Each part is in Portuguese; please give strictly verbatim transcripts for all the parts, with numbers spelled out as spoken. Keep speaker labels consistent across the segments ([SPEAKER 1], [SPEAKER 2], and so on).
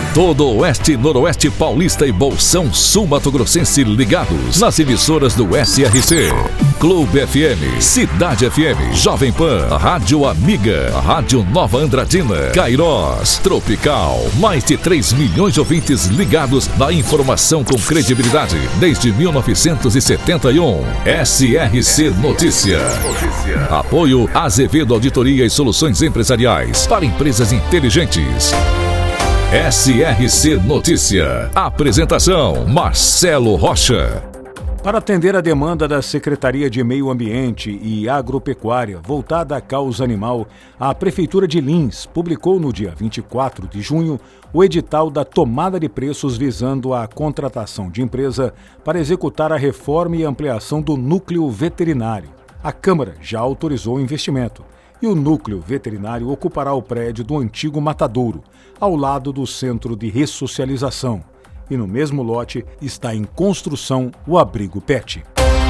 [SPEAKER 1] Todo o Oeste, Noroeste Paulista e Bolsão Sul Mato Grossense ligados nas emissoras do S R C. Clube F M, Cidade F M, Jovem Pan, Rádio Amiga, Rádio Nova Andradina, Cairós, Tropical. Mais de três milhões de ouvintes ligados na informação com credibilidade desde mil novecentos e setenta e um. S R C Notícia. Apoio Azevedo Auditoria e Soluções Empresariais para empresas inteligentes. S R C Notícia. Apresentação: Marcelo Rocha.
[SPEAKER 2] Para atender a demanda da Secretaria de Meio Ambiente e Agropecuária voltada à causa animal, a Prefeitura de Lins publicou no dia vinte e quatro de junho o edital da tomada de preços visando a contratação de empresa para executar a reforma e ampliação do núcleo veterinário. A Câmara já autorizou o investimento e o núcleo veterinário ocupará o prédio do antigo matadouro, ao lado do Centro de Ressocialização. E no mesmo lote está em construção o abrigo Pet.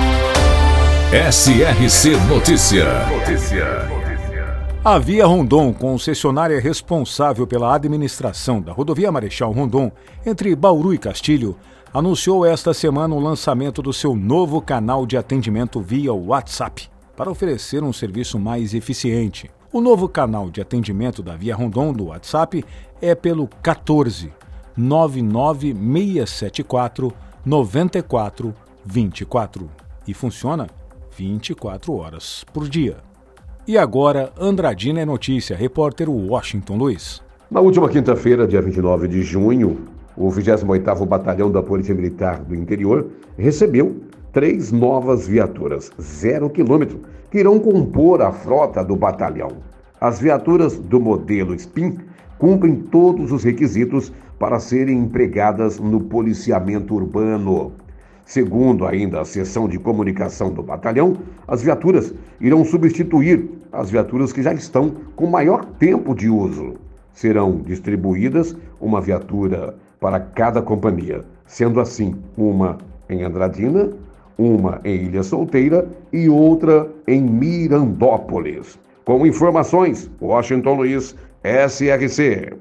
[SPEAKER 1] S R C Notícia. Notícia.
[SPEAKER 2] A Via Rondon, concessionária responsável pela administração da rodovia Marechal Rondon, entre Bauru e Castilho, anunciou esta semana o lançamento do seu novo canal de atendimento via WhatsApp, para oferecer um serviço mais eficiente. O novo canal de atendimento da Via Rondon do WhatsApp é pelo quatorze, nove nove seis sete quatro, nove quatro dois quatro e funciona vinte e quatro horas por dia. E agora, Andradina é notícia, repórter Washington Luiz.
[SPEAKER 3] Na última quinta-feira, dia vinte e nove de junho, o vigésimo oitavo Batalhão da Polícia Militar do Interior recebeu três novas viaturas, zero quilômetro, que irão compor a frota do batalhão. As viaturas do modelo S P I N cumprem todos os requisitos para serem empregadas no policiamento urbano. Segundo ainda a seção de comunicação do batalhão, as viaturas irão substituir as viaturas que já estão com maior tempo de uso. Serão distribuídas uma viatura para cada companhia, sendo assim uma em Andradina, uma em Ilha Solteira e outra em Mirandópolis. Com informações, Washington Luiz, S R C.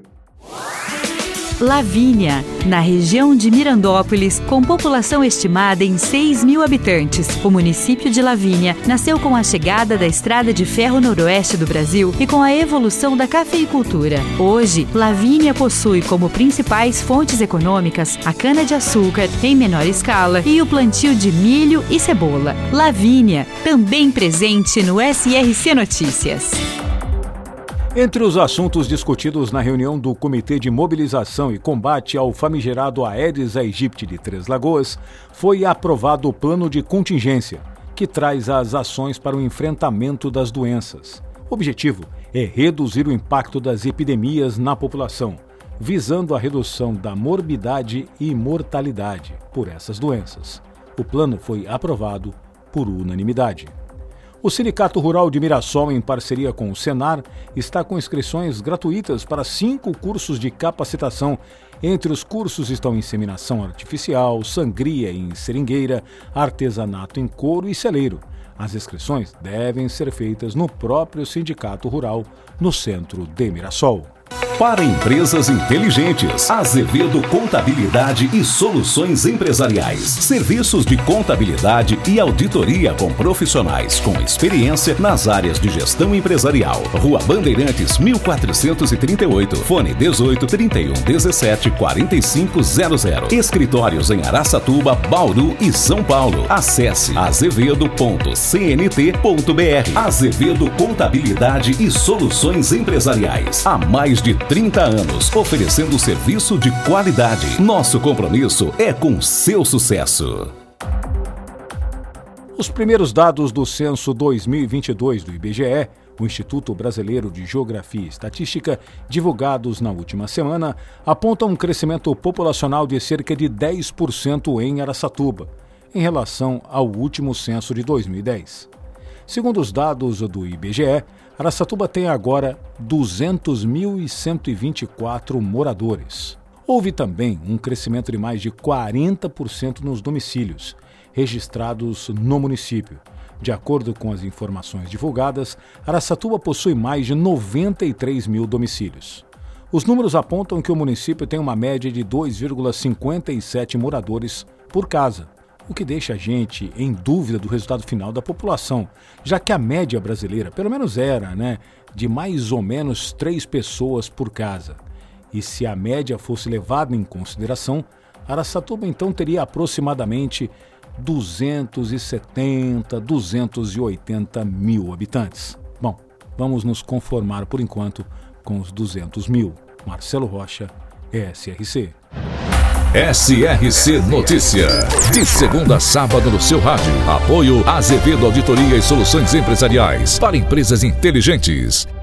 [SPEAKER 4] Lavínia, na região de Mirandópolis, com população estimada em seis mil habitantes. O município de Lavínia nasceu com a chegada da Estrada de Ferro Noroeste do Brasil e com a evolução da cafeicultura. Hoje, Lavínia possui como principais fontes econômicas a cana-de-açúcar em menor escala e o plantio de milho e cebola. Lavínia, também presente no S R C Notícias.
[SPEAKER 2] Entre os assuntos discutidos na reunião do Comitê de Mobilização e Combate ao famigerado Aedes aegypti de Três Lagoas, foi aprovado o plano de contingência, que traz as ações para o enfrentamento das doenças. O objetivo é reduzir o impacto das epidemias na população, visando a redução da morbidade e mortalidade por essas doenças. O plano foi aprovado por unanimidade. O Sindicato Rural de Mirassol, em parceria com o Senar, está com inscrições gratuitas para cinco cursos de capacitação. Entre os cursos estão inseminação artificial, sangria em seringueira, artesanato em couro e celeiro. As inscrições devem ser feitas no próprio Sindicato Rural, no centro de Mirassol.
[SPEAKER 1] Para empresas inteligentes, Azevedo Contabilidade e Soluções Empresariais. Serviços de contabilidade e auditoria com profissionais com experiência nas áreas de gestão empresarial. Rua Bandeirantes, mil quatrocentos e trinta e oito. Fone dezoito, trinta e um, dezessete, quarenta e cinco zero zero. Escritórios em Araçatuba, Bauru e São Paulo. Acesse azevedo ponto c n t ponto b r. Azevedo Contabilidade e Soluções Empresariais. Há mais de trinta anos, oferecendo serviço de qualidade. Nosso compromisso é com seu sucesso.
[SPEAKER 2] Os primeiros dados do Censo dois mil e vinte e dois do I B G E, o Instituto Brasileiro de Geografia e Estatística, divulgados na última semana, apontam um crescimento populacional de cerca de dez por cento em Araçatuba, em relação ao último censo de dois mil e dez. Segundo os dados do I B G E, Araçatuba tem agora duzentos mil cento e vinte e quatro moradores. Houve também um crescimento de mais de quarenta por cento nos domicílios registrados no município. De acordo com as informações divulgadas, Araçatuba possui mais de noventa e três mil domicílios. Os números apontam que o município tem uma média de dois vírgula cinquenta e sete moradores por casa, o que deixa a gente em dúvida do resultado final da população, já que a média brasileira, pelo menos era, né, de mais ou menos três pessoas por casa. E se a média fosse levada em consideração, Araçatuba então teria aproximadamente duzentos e setenta, duzentos e oitenta mil habitantes. Bom, vamos nos conformar por enquanto com os duzentos mil. Marcelo Rocha, S R C.
[SPEAKER 1] S R C Notícia. De segunda a sábado no seu rádio. Apoio Azevedo Auditoria e Soluções Empresariais para Empresas Inteligentes.